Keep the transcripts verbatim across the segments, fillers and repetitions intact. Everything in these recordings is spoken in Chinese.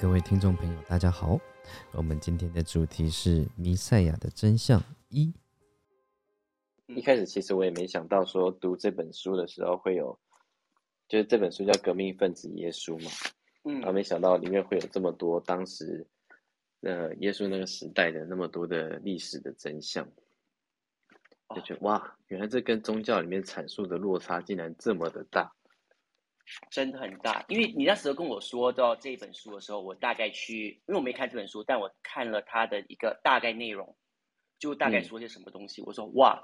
各位听众朋友大家好，我们今天的主题是弥赛亚的真相一。 一开始其实我也没想到说读这本书的时候会有，就是这本书叫《革命分子耶稣》嘛，嗯，然后没想到里面会有这么多当时呃耶稣那个时代的那么多的历史的真相，就觉得哇，原来这跟宗教里面阐述的落差竟然这么的大。 真的很大，因为你那时候跟我说到这本书的时候，我大概去，因为我没看这本书，但我看了它的一个大概内容，就大概说些什么东西。嗯、我说哇，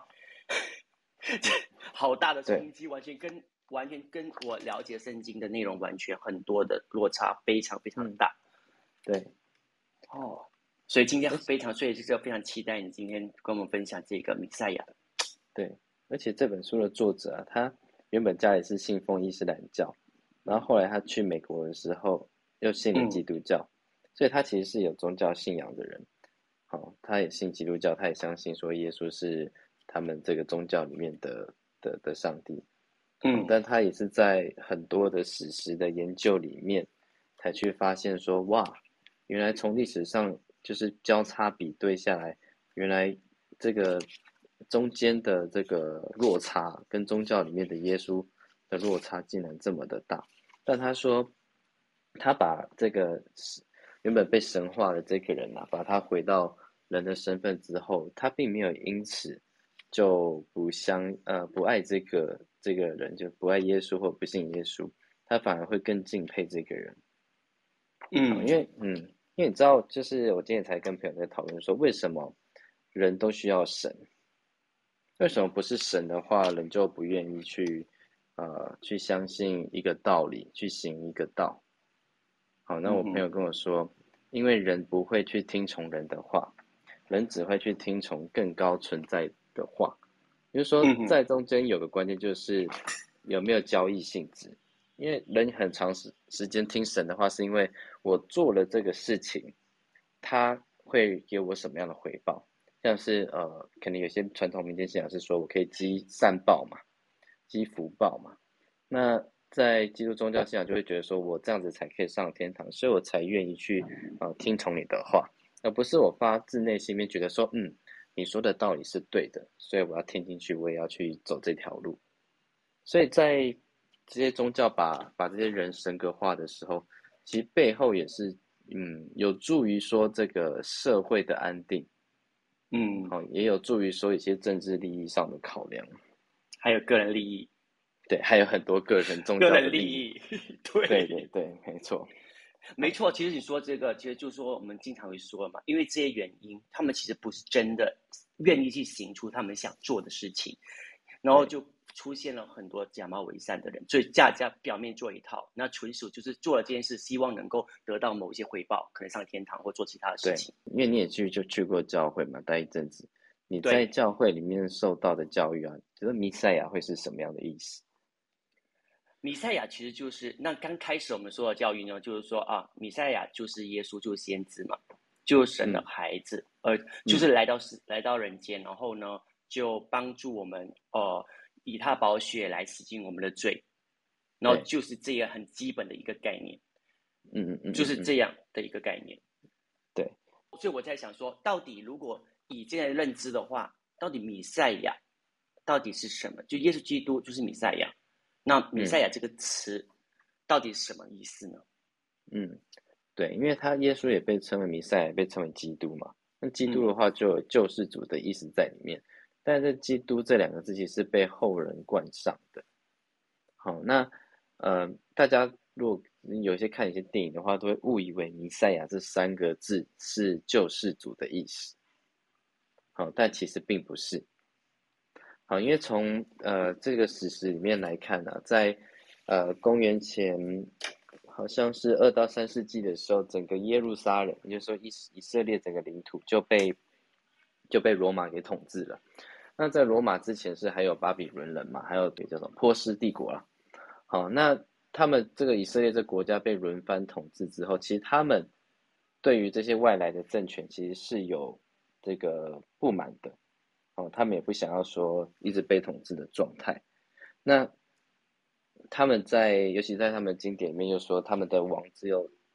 好大的冲击，完全跟完全跟我了解圣经的内容完全很多的落差，非常非常大。 嗯、对， 哦，所以今天非常，所以就是非常期待你今天跟我们分享这个弥赛亚。 对，而且这本书的作者啊，他原本家里是信奉伊斯兰教，然后后来他去美国的时候又信了基督教，嗯、所以他其实是有宗教信仰的人。好，他也信基督教，他也相信说耶稣是他们这个宗教里面的的的上帝。嗯，但他也是在很多的史实的研究里面，才去发现说，哇，原来从历史上就是交叉比对下来，原来这个中间的这个落差跟宗教里面的耶稣的落差竟然这么的大。但他说，他把这个原本被神化的这个人啊，把他回到人的身份之后，他并没有因此就不相呃不爱这个这个人，就不爱耶稣或不信耶稣，他反而会更敬佩这个人。嗯，因为嗯，因为你知道，就是我今天才跟朋友在讨论说，为什么人都需要神？为什么不是神的话，人就不愿意去呃去相信一个道理，去行一个道？好，那我朋友跟我说，因为人不会去听从人的话，人只会去听从更高存在的话。就是说，在中间有个关键就是有没有交易性质。因为人很长时时间听神的话，是因为我做了这个事情，他会给我什么样的回报？像是呃，可能有些传统民间信仰是说我可以积善报嘛，积福报嘛。那在基督宗教信仰就会觉得说我这样子才可以上天堂，所以我才愿意去呃听从你的话，而不是我发自内心面觉得说嗯你说的道理是对的，所以我要听进去，我也要去走这条路。所以在这些宗教把把这些人神格化的时候，其实背后也是嗯有助于说这个社会的安定，嗯，好、哦，也有助于说一些政治利益上的考量， 还有个人利益。 对，还有很多个人宗教的利益。 个人利益对对对对，没错， 没错。其实你说这个，其实就是说我们经常会说嘛，因为这些原因，他们其实不是真的愿意去行出他们想做的事情，然后就出现了很多假冒伪善的人，所以假假表面做一套，那纯属就是做了这件事，希望能够得到某一些回报，可能上天堂或做其他的事情。 对，因为你也去就去过教会嘛，待一阵子，你在教会里面受到的教育啊，觉得弥赛亚会是什么样的意思？ 弥赛亚其实就是那刚开始我们说的教育呢，就是说啊，弥赛亚就是耶稣，就是先知嘛，就是神的孩子，嗯、呃，就是来到、嗯、来到人间，然后呢，就帮助我们，呃，以他宝血来洗净我们的罪，然后就是这样很基本的一个概念， 嗯嗯嗯， 就是这样的一个概念。 对， 所以我在想说，到底如果以这样的认知的话，到底弥赛亚到底是什么？就耶稣基督就是弥赛亚。那弥赛亚这个词到底是什么意思呢？ 嗯，对，因为他耶稣也被称为弥赛亚，被称为基督嘛。那基督的话就有救世主的意思在里面，嗯、但是基督这两个字其实是被后人冠上的。好，那呃，大家如果有些看一些电影的话，都会误以为弥赛亚这三个字是救世主的意思。好，但其实并不是。好，因为从呃这个史实里面来看呢、啊，在呃公元前好像是二到三世纪的时候，整个耶路撒冷，也就是说以以色列整个领土就被就被罗马给统治了。那在罗马之前是还有巴比伦人嘛，还有对叫做波斯帝国啦。好，那他们这个以色列这国家被轮番统治之后，其实他们对于这些外来的政权其实是有这个不满的。哦，他们也不想要说一直被统治的状态。那他们在，尤其在他们经典里面又说，他们的王只有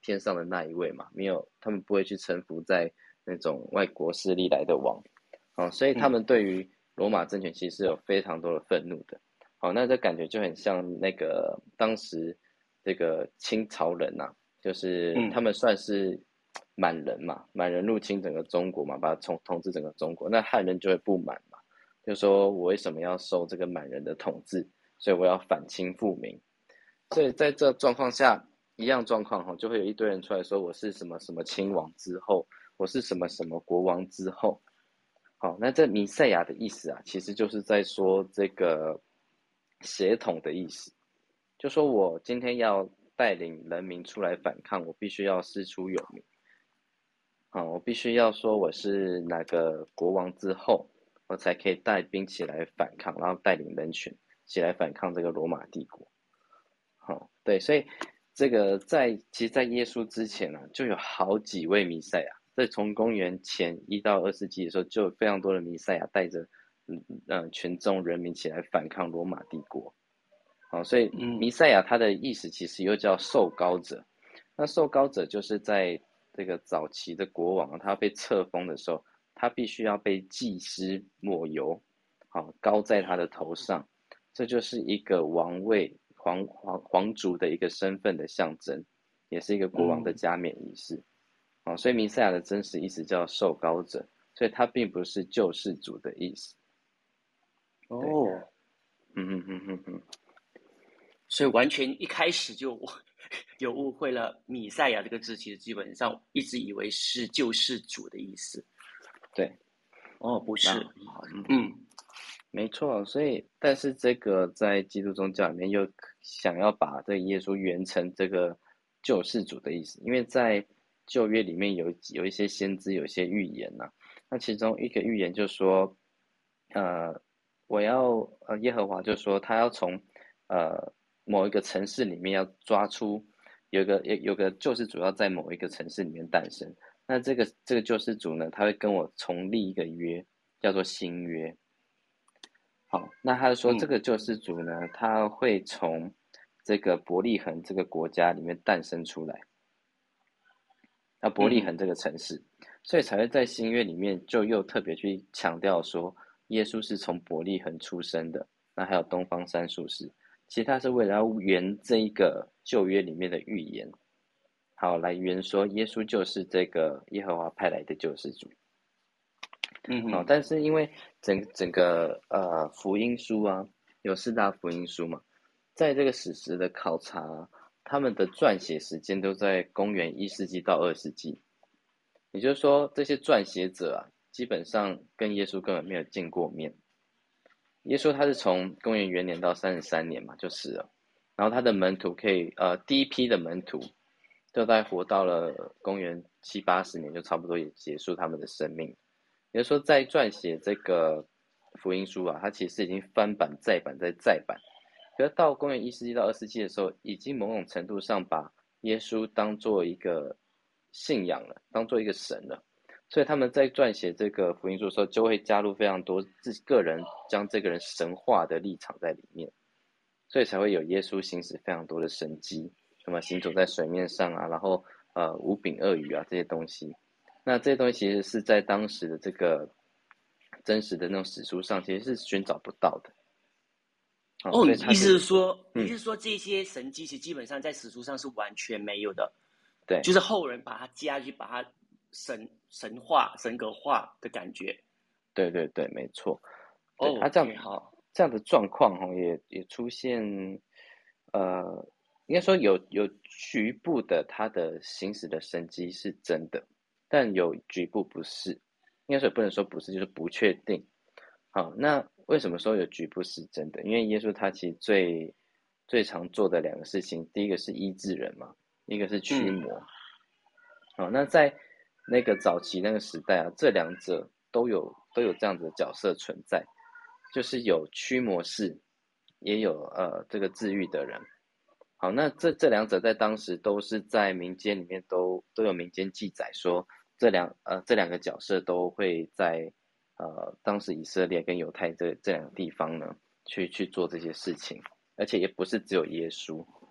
天上的那一位嘛，没有，他们不会去臣服在那种外国势力来的王，哦，所以他们对于罗马政权其实是有非常多的愤怒的。好，那这感觉就很像那个当时这个清朝人呐、啊，就是他们算是满人嘛，满人入侵整个中国嘛，把它统统治整个中国，那汉人就会不满嘛，就说我为什么要受这个满人的统治，所以我要反清复明。所以在这状况下，一样状况哈，就会有一堆人出来说我是什么什么亲王之后，我是什么什么国王之后。好，那这弥赛亚的意思啊，其实就是在说这个血统的意思，就说我今天要带领人民出来反抗，我必须要师出有名，啊，我必须要说我是哪个国王之后，我才可以带兵起来反抗，然后带领人群起来反抗这个罗马帝国。好，对，所以这个在其实，在耶稣之前呢、啊，就有好几位弥赛亚。在从公元前一到二世纪的时候，就有非常多的弥赛亚带着嗯呃群众人民起来反抗罗马帝国。好，所以弥赛亚它的意思其实又叫受膏者。那受膏者就是在这个早期的国王他被册封的时候，他必须要被祭司抹油，好膏在他的头上，这就是一个王位皇皇皇族的一个身份的象征，也是一个国王的加冕仪式。嗯哦，所以弥赛亚的真实意思叫受膏者，所以它并不是救世主的意思。 哦， 嗯嗯嗯嗯嗯， 所以完全一开始就有误会了。弥赛亚这个字其实基本上一直以为是救世主的意思。 对， 哦，不是， 嗯， 嗯， 没错。所以，但是这个在基督宗教里面又想要把这个耶稣圆成这个救世主的意思，因为在旧约里面有有一些先知，有一些预言呐、啊。那其中一个预言就说，呃，我要呃耶和华就说他要从呃某一个城市里面要抓出有个有有个救世主要在某一个城市里面诞生。那这个这个救世主呢，他会跟我重立一个约，叫做新约。好，那他说这个救世主呢，他会从这个伯利恒这个国家里面诞生出来。那伯利恒这个城市，嗯、所以才会在新约里面就又特别去强调说，耶稣是从伯利恒出生的。那还有东方三术士，其实他是为了要圆这一个旧约里面的预言，好来圆说耶稣就是这个耶和华派来的救世主。嗯，好，但是因为整整个呃福音书啊，有四大福音书嘛，在这个史实的考察。他们的撰写时间都在公元一世纪到二世纪，也就是说，这些撰写者啊，基本上跟耶稣根本没有见过面。耶稣他是从公元元年到三十三年嘛就死了，然后他的门徒可以呃第一批的门徒，就大概活到了公元七八十年，就差不多也结束他们的生命。也就是说，在撰写这个福音书啊，它其实已经翻版、再版、再再版。可是到公元一世纪到二世纪的时候，已经某种程度上把耶稣当做一个信仰了，当做一个神了。所以他们在撰写这个福音书的时候，就会加入非常多自己个人将这个人神化的立场在里面，所以才会有耶稣行使非常多的神迹，什么行走在水面上啊，然后呃五饼二鱼啊这些东西。那这些东西其实是在当时的这个真实的那种史书上，其实是寻找不到的。 哦，你意思是说， 嗯、 你是说这些神迹其实基本上在史书上是完全没有的， 对， 就是后人把它加去，把它神神化、神格化的感觉。 对对对，没错。 哦， 他、啊、这样好， 这样的状况哈，也也出现，呃，应该说有有局部的他的行使的神迹是真的，但有局部不是，应该说也不能说不是，就是不确定。好，那为什么说有局部是真的？因为耶稣他其实最最常做的两个事情，第一个是医治人嘛，一个是驱魔。嗯、好，那在那个早期那个时代啊，这两者都有都有这样子的角色存在，就是有驱魔士，也有呃这个治愈的人。好，那这这两者在当时都是在民间里面都都有民间记载说，这两呃这两个角色都会在。呃，当时以色列跟犹太这这两个地方呢，去去做这些事情，而且也不是只有耶稣。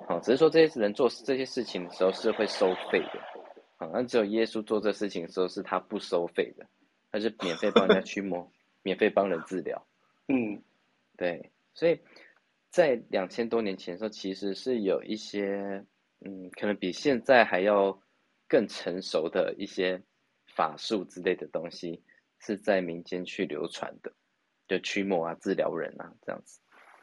好，只是说这些人做这些事情的时候是会收费的，好，那只有耶稣做这事情的时候是他不收费的，他是免费帮人家驱魔，免费帮人治疗。 嗯， 对，所以在两千多年前的时候，其实是有一些，嗯，可能比现在还要更成熟的一些法术之类的东西，是在民间去流传的，就驱魔啊、治疗人啊这样子。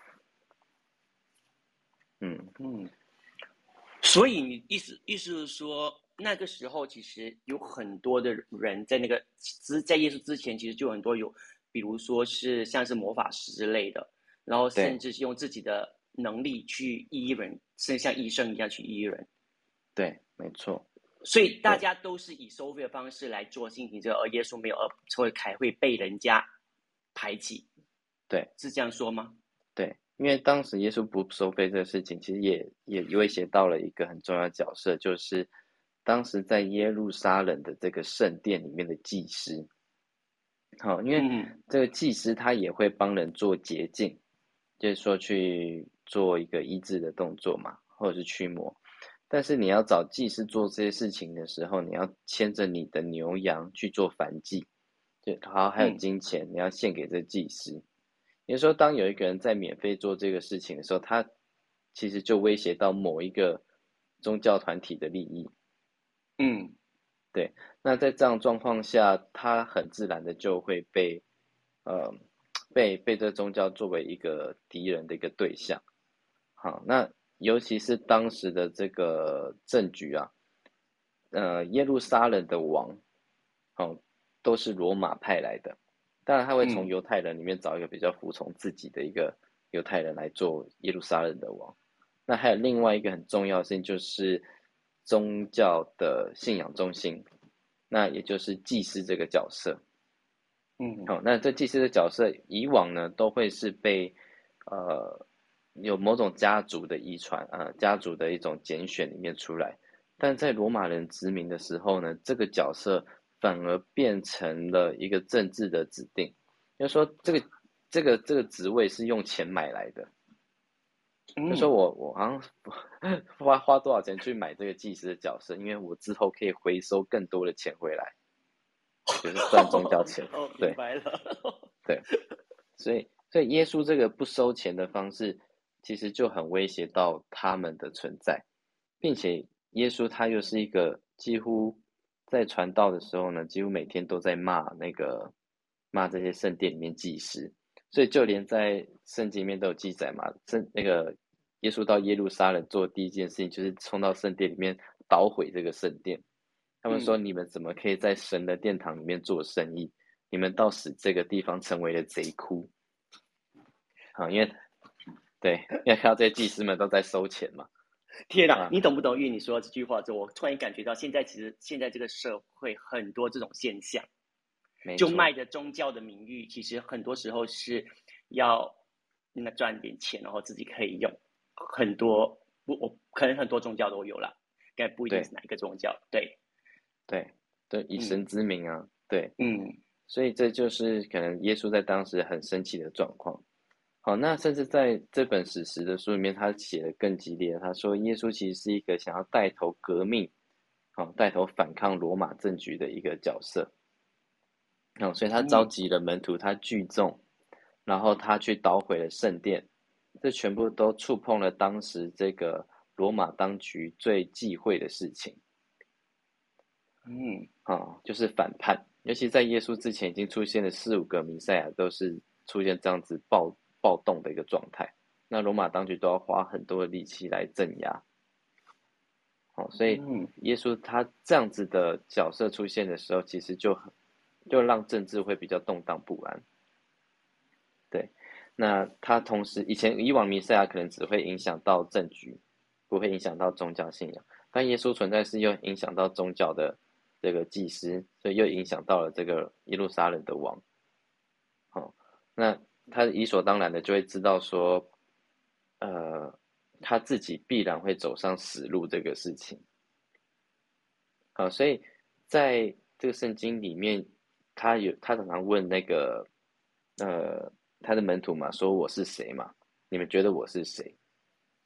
嗯嗯，所以你意思意思是说，那个时候其实有很多的人在那个之在耶稣之前，其实就有很多有，比如说是像是魔法师之类的，然后甚至是用自己的能力去医人，甚至像医生一样去医人。 对，没错。 所以大家都是以收费的方式来做性行者，而耶稣没有，而会还会被人家排挤。 对， 是这样说吗？ 对，因为当时耶稣不收费这个事情，其实也也威胁到了一个很重要的角色，就是当时在耶路撒冷的这个圣殿里面的祭司。好，因为这个祭司他也会帮人做洁净，就是说去做一个医治的动作嘛，或者是驱魔。但是你要找祭司做这些事情的时候，你要牵着你的牛羊去做燔祭，对，好，还有金钱，你要献给这祭司。也就是说，当有一个人在免费做这个事情的时候，他其实就威胁到某一个宗教团体的利益。 嗯， 对。那在这样状况下，他很自然的就会被，呃，被被这宗教作为一个敌人的一个对象。好，那尤其是当时的这个政局啊，呃，耶路撒冷的王，哦，都是罗马派来的。当然，他会从犹太人里面找一个比较服从自己的一个犹太人来做耶路撒冷的王。那还有另外一个很重要的事情，就是宗教的信仰中心，那也就是祭司这个角色。 嗯， 好，那这祭司的角色以往呢，都会是被呃有某种家族的遗传啊、呃，家族的一种拣选里面出来。但在罗马人殖民的时候呢，这个角色反而变成了一个政治的指定，就是说这个这个这个职位是用钱买来的。就说我我好像花花多少钱去买这个祭司的角色，因为我之后可以回收更多的钱回来，就是赚宗教钱。 哦， 对， 明白了。 对，所以所以耶稣这个不收钱的方式，其实就很威胁到他们的存在，并且耶稣他又是一个几乎在传道的时候呢，几乎每天都在骂那个骂这些圣殿里面祭司，所以就连在圣经里面都有记载嘛，圣那个耶稣到耶路撒冷做的第一件事情就是冲到圣殿里面捣毁这个圣殿。他们说：“你们怎么可以在神的殿堂里面做生意？你们倒使这个地方成为了贼窟。”好，因为对，因为看到这些祭司们都在收钱嘛。 天哪， 啊你懂不懂？因为你说这句话之后，我突然感觉到现在其实现在这个社会很多这种现象，就卖着宗教的名誉，其实很多时候是要那赚点钱，然后自己可以用。很多不，我可能很多宗教都有啦，该不一定是哪一个宗教。对， 对对，以神之名啊，嗯、对， 嗯， 所以这就是可能耶稣在当时很生气的状况。好，那甚至在这本史实的书里面，他写的更激烈。他说，耶稣其实是一个想要带头革命，好，带头反抗罗马政局的一个角色。哦，所以他召集了门徒，他聚众，然后他去捣毁了圣殿，这全部都触碰了当时这个罗马当局最忌讳的事情。 嗯， 啊、哦，就是反叛。尤其在耶稣之前，已经出现了四五个弥赛亚，都是出现这样子暴暴动的一个状态。那罗马当局都要花很多的力气来镇压。好、哦，所以耶稣他这样子的角色出现的时候，其实就就让政治会比较动荡不安。对，那他同时以前以往弥赛亚可能只会影响到政局，不会影响到宗教信仰，但耶稣存在是又影响到宗教的这个祭司，所以又影响到了这个耶路撒冷的王。好、哦，那他理所当然的就会知道说，呃，他自己必然会走上死路这个事情。好、哦，所以在这个圣经里面，他有他常常问那个呃他的门徒嘛，说我是谁嘛？你们觉得我是谁？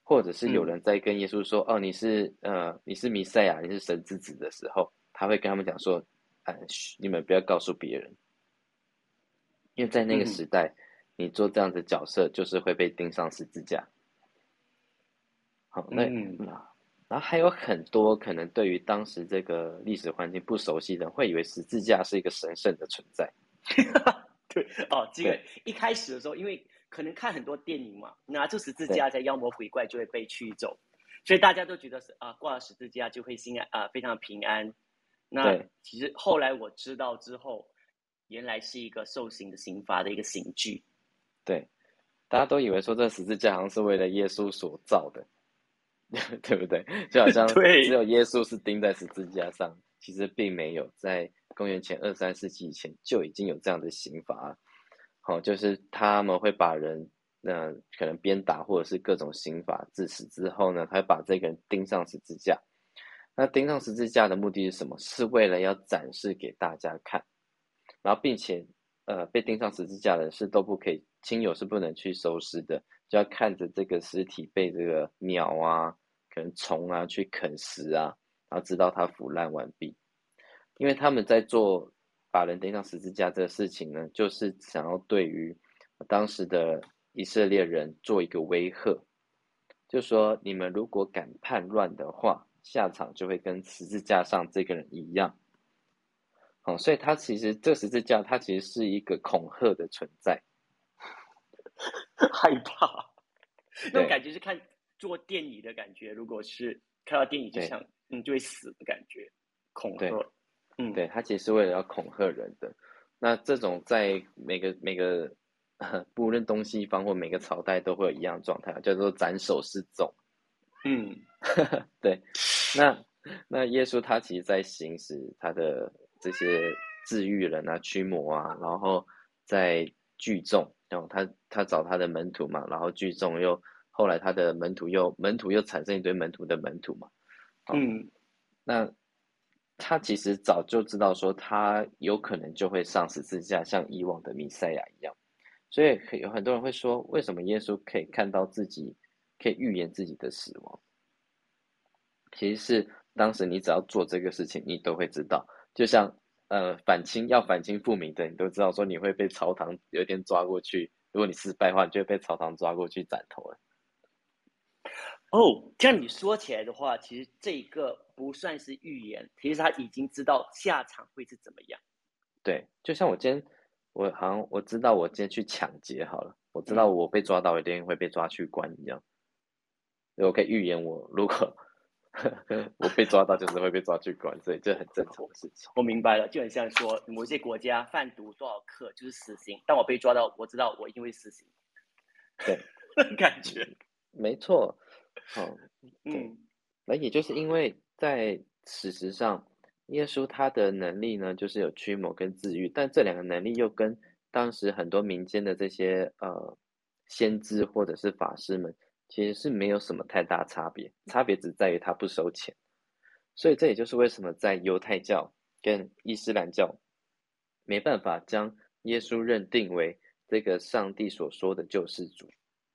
或者是有人在跟耶稣说，嗯、哦，你是呃你是弥赛亚，你是神之子的时候，他会跟他们讲说，哎，你们不要告诉别人，因为在那个时代，嗯、你做这样的角色就是会被钉上十字架。好，那、嗯、然后还有很多可能对于当时这个历史环境不熟悉的人，会以为十字架是一个神圣的存在。 对哦，这个一开始的时候，因为可能看很多电影嘛，拿住十字架在妖魔鬼怪就会被驱走，所以大家都觉得是啊，挂了十字架就会心安啊，非常平安。那其实后来我知道之后，原来是一个受刑的刑罚的一个刑具。 对，大家都以为说这十字架好像是为了耶稣所造的，对不对？就好像只有耶稣是钉在十字架上，其实并没有。在公元前二三世纪以前就已经有这样的刑罚，好、哦，就是他们会把人，呃，可能鞭打或者是各种刑罚致死之后呢，他会把这个人钉上十字架。那钉上十字架的目的是什么？是为了要展示给大家看，然后并且，呃，被钉上十字架的人是都不可以，亲友是不能去收尸的，就要看着这个尸体被这个鸟啊、可能虫啊去啃食啊，然后直到它腐烂完毕。因为他们在做把人钉上十字架这个事情呢，就是想要对于当时的以色列人做一个威吓，就说你们如果敢叛乱的话，下场就会跟十字架上这个人一样。好、哦，所以他其实这十字架，它其实是一个恐吓的存在， 害怕，那种感觉是看做电影的感觉。如果是看到电影，就像嗯就会死的感觉，恐吓。 嗯，对，他其实是为了要恐吓人的。那这种在每个每个不论东西方或每个朝代都会有一样的状态，叫做斩首示众。 嗯， 对。那那耶稣他其实在行使他的这些治愈人啊、驱魔啊，然后在聚众，然后他他找他的门徒嘛，然后聚众又后来他的门徒又门徒又产生一堆门徒的门徒嘛。 嗯， 那他其实早就知道说他有可能就会上十字架，像以往的弥赛亚一样。所以有很多人会说，为什么耶稣可以看到自己，可以预言自己的死亡？其实是当时你只要做这个事情，你都会知道。就像呃反清要反清复明的，你都知道说你会被朝堂有一天抓过去，如果你失败的话，你就会被朝堂抓过去斩头了。 哦，这样你说起来的话，其实这个不算是预言，其实他已经知道下场会是怎么样。 对，就像我今天，我好像我知道我今天去抢劫好了，我知道我被抓到一定会被抓去关一样，嗯、我可以预言我如果我被抓到就是会被抓去关，所以这很正常的事情。 我明白了，就很像说某些国家贩毒多少克就是死刑，但我被抓到，我知道我一定会死刑。 对， 感觉没错。好、哦，对，那、嗯、也就是因为在事实上，耶稣他的能力呢，就是有驱魔跟治愈，但这两个能力又跟当时很多民间的这些呃先知或者是法师们，其实是没有什么太大差别，差别只在于他不收钱。所以这也就是为什么在犹太教跟伊斯兰教没办法将耶稣认定为这个上帝所说的救世主。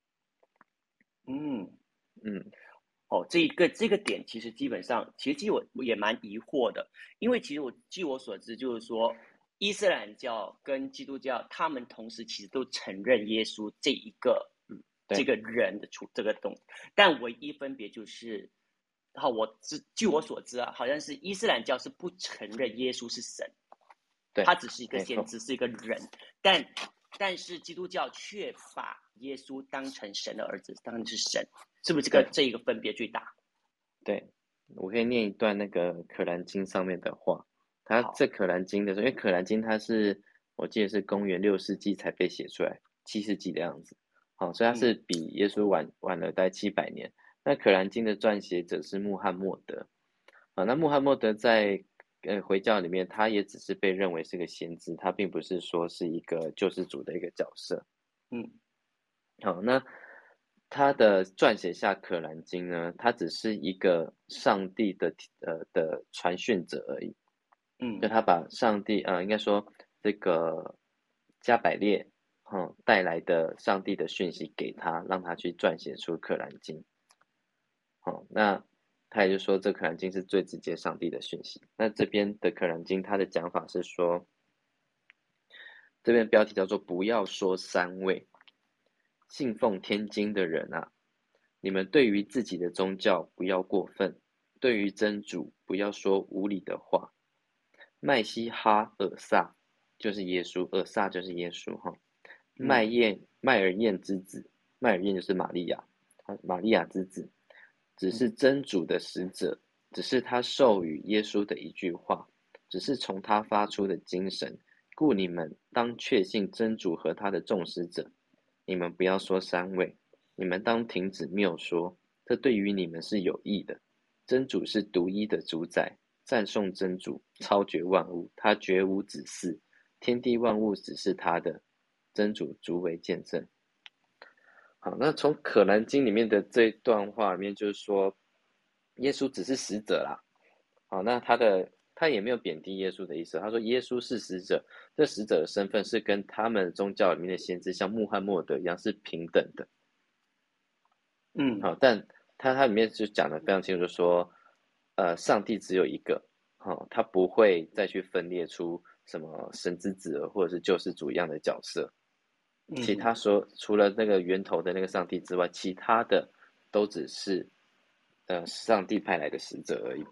嗯嗯， 哦，这一个这个点其实基本上，其实其实我也蛮疑惑的，因为其实我据我所知，就是说伊斯兰教跟基督教，他们同时其实都承认耶稣这一个嗯这个人的出这个东西，但唯一分别就是，好，我知据我所知啊，好像是伊斯兰教是不承认耶稣是神， 对， 他只是一个先知，是一个人，但但是基督教却把耶稣当成神的儿子，当成是神。是不是这个这一个分别最大？ 对，我可以念一段那个《可兰经》上面的话。它这《可兰经》的时候，因为《可兰经》它是我记得是公元六世纪才被写出来，七世纪的样子。好、哦，所以它是比耶稣晚、嗯、晚了大概七百年。那《可兰经》的撰写者是穆罕默德。啊，那穆罕默德在呃回教里面，他也只是被认为是个先知，他并不是说是一个救世主的一个角色。 嗯， 好、哦，那。他的撰写下《可兰经》呢，他只是一个上帝的呃的传讯者而已。 嗯， 就他把上帝呃，应该说这个加百列嗯带来的上帝的讯息给他，让他去撰写出《可兰经》。 好，那他也就说这可兰经是最直接上帝的讯息。那这边的可兰经他的讲法是说，这边标题叫做不要说三位，信奉天经的人啊，你们对于自己的宗教不要过分，对于真主不要说无理的话。麦西哈尔萨就是耶稣，尔萨就是耶稣哈。麦燕麦尔燕之子，麦尔燕就是玛利亚，玛利亚之子，只是真主的使者，只是他授予耶稣的一句话，只是从他发出的精神，故你们当确信真主和他的众使者。你们不要说三位，你们当停止谬说，这对于你们是有益的。真主是独一的主宰，赞颂真主，超绝万物，他绝无子嗣，天地万物只是他的，真主足为见证。好，那从可兰经里面的这段话里面，就是说，耶稣只是使者啦。好，那他的他也没有贬低耶稣的意思，他说耶稣是使者，这使者的身份是跟他们宗教里面的先知，像穆罕默德一样是平等的。 嗯， 好，但他他里面就讲得非常清楚，就说，呃，上帝只有一个，哦，他不会再去分裂出什么神之子儿或者是救世主一样的角色。其他说除了那个源头的那个上帝之外，其他的都只是呃上帝派来的使者而已。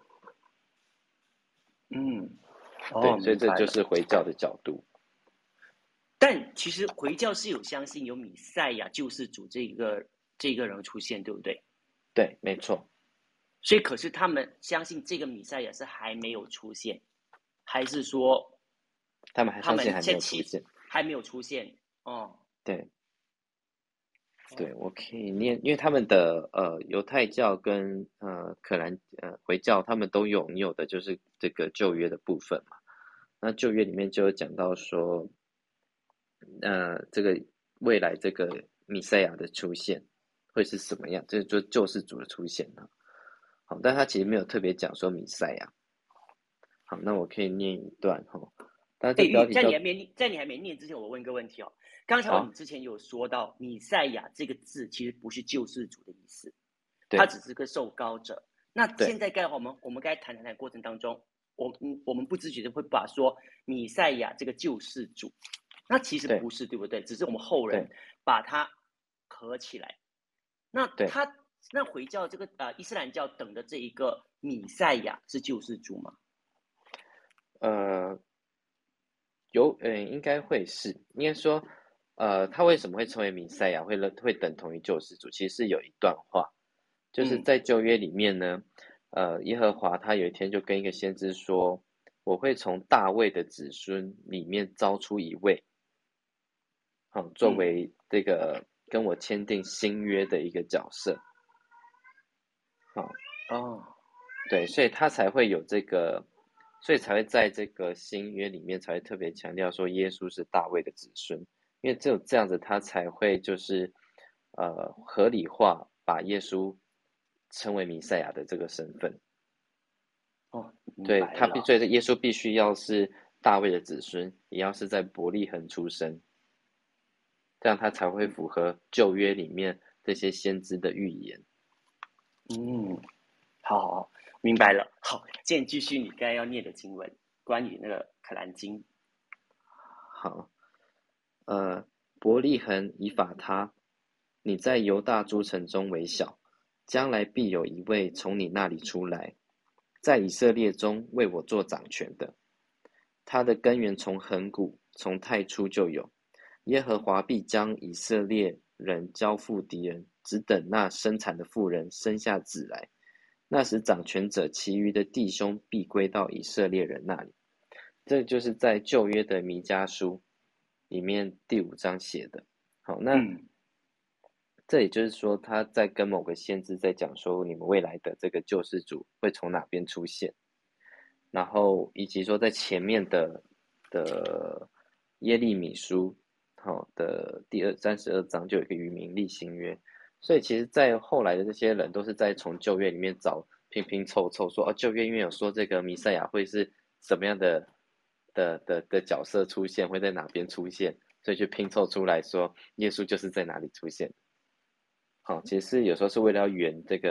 嗯， 对， 哦， 所以这就是回教的角度。 但其实回教是有相信有米赛亚救世主这一个这一个人出现，对不对？ 对，没错。 所以可是他们相信这个米赛亚是还没有出现，还是说他们还相信还没有出现？ 还没有出现哦。 对，对，我可以念，因为他们的呃犹太教跟呃可兰呃回教，他们都拥有的就是这个旧约的部分嘛。那旧约里面就有讲到说，呃，这个未来这个弥赛亚的出现会是什么样？就是说救世主的出现呢？好，但他其实没有特别讲说弥赛亚。好，那我可以念一段哈。但这标题在你还没在你还没念之前，我问一个问题哦。刚才你之前有说到米赛亚这个字其实不是救世主的意思，他只是个受膏者。那现在该我们我们该谈谈的过程当中，我我们不自觉的会把说米赛亚这个救世主，那其实不是， 对, 对不对？只是我们后人把它合起来。那他那回教这个呃伊斯兰教等的这一个米赛亚是救世主吗？ 呃，有，嗯，应该会是，应该说，呃，他为什么会成为弥赛亚，会会等同于救世主？其实是有一段话，就是在旧约里面呢，嗯、呃，耶和华他有一天就跟一个先知说，我会从大卫的子孙里面招出一位，好、嗯，作为这个跟我签订新约的一个角色，好、 嗯，哦， 对，所以他才会有这个。所以才会在这个新约里面才会特别强调说耶稣是大卫的子孙，因为只有这样子他才会就是呃合理化把耶稣称为弥赛亚的这个身份。 哦， 对，他必所以耶稣必须要是大卫的子孙，也要是在伯利恒出生，这样他才会符合旧约里面这些先知的预言。 嗯，好好好。明白了，好，现在继续你刚才要念的经文，关于那个可兰经。 好，呃，伯利恒以法他，你在犹大诸城中为小，将来必有一位从你那里出来，在以色列中为我做掌权的。他的根源从亘古，从太初就有。耶和华必将以色列人交付敌人，只等那生产的妇人生下子来。那时掌权者其余的弟兄必归到以色列人那里。这就是在旧约的弥迦书里面第五章写的。好，那、嗯、这也就是说他在跟某个先知在讲说你们未来的这个救世主会从哪边出现，然后以及说在前面的的耶利米书好的第二三十二章就有一个与民立新约。所以其实在后来的这些人都是在从旧约里面找拼拼凑凑说，哦，旧约因为有说这个弥赛亚会是什么样的的的的角色出现，会在哪边出现，所以去拼凑出来说耶稣就是在哪里出现。好，其实有时候是为了要圆这个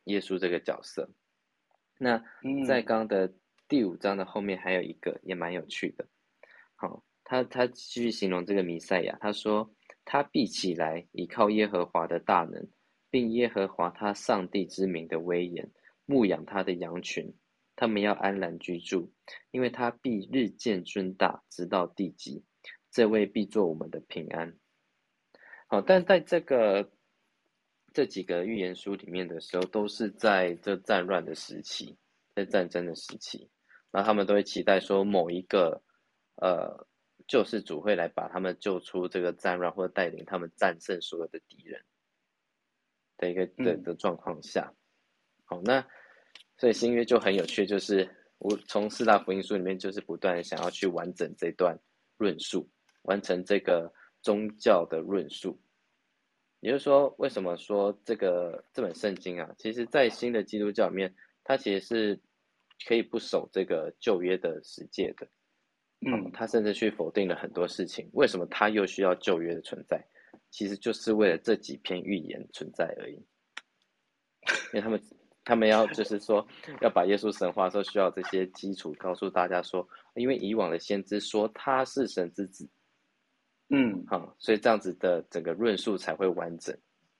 耶稣这个角色。那在刚刚的第五章的后面还有一个也蛮有趣的，好，他他继续形容这个弥赛亚，他说他必起来，倚靠耶和华的大能，并耶和华他上帝之名的威严，牧养他的羊群，他们要安然居住，因为他必日渐尊大，直到地极，这位必做我们的平安。好，但在这个这几个预言书里面的时候，都是在这战乱的时期，在战争的时期，然后他们都会期待说某一个呃救世主会来把他们救出这个战乱，或者带领他们战胜所有的敌人的一个的的状况下。好，那所以新约就很有趣，就是我从四大福音书里面就是不断的想要去完整这段论述，完成这个宗教的论述。也就是说，为什么说这个这本圣经啊，其实在新的基督教里面，它其实是可以不守这个旧约的十诫的。嗯，他甚至去否定了很多事情。为什么他又需要旧约的存在？其实就是为了这几篇预言存在而已。因为他们他们要就是说要把耶稣神化的时候，需要这些基础告诉大家说，因为以往的先知说他是神之子。嗯，好，所以这样子的整个论述才会完整。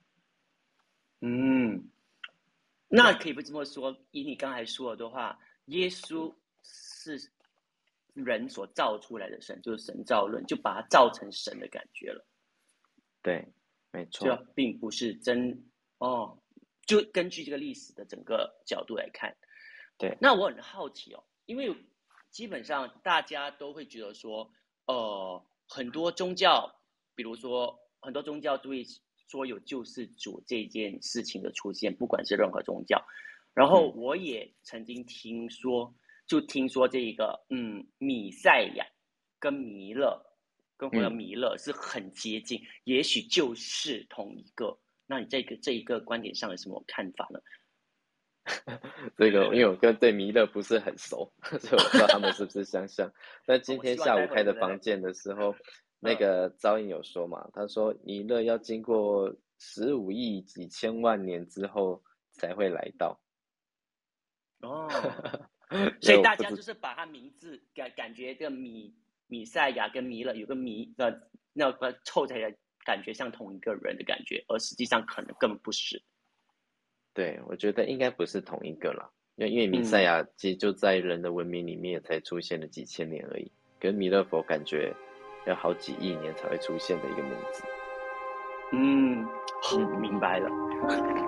嗯，那可以不这么说？以你刚才说的话，耶稣是人所造出来的神，就是神造论，就把它造成神的感觉了。 对，没错， 这并不是真哦。就根据这个历史的整个角度来看， 对。 那我很好奇哦，因为基本上大家都会觉得说，呃。很多宗教，比如说很多宗教都会说有救世主这件事情的出现，不管是任何宗教。然后我也曾经听说，就听说这个嗯，弥赛亚跟弥勒跟或者弥勒是很接近，嗯、也许就是同一个。那你这个这一个观点上有什么看法呢？ 这个因为我跟对弥勒不是很熟，所以我不知道他们是不是相像。但今天下午开的房间的时候，那个招引有说嘛，他说弥勒要经过十五亿几千万年之后才会来到。 哦，所以大家就是把他名字感感觉这个弥弥赛亚跟弥勒有个弥的那个凑起来，感觉像同一个人的感觉，而实际上可能根本不是。 对，我觉得应该不是同一个啦，因为因为弥赛亚其实就在人的文明里面才出现了几千年而已，跟弥勒佛感觉要好几亿年才会出现的一个名字。 嗯，明白了。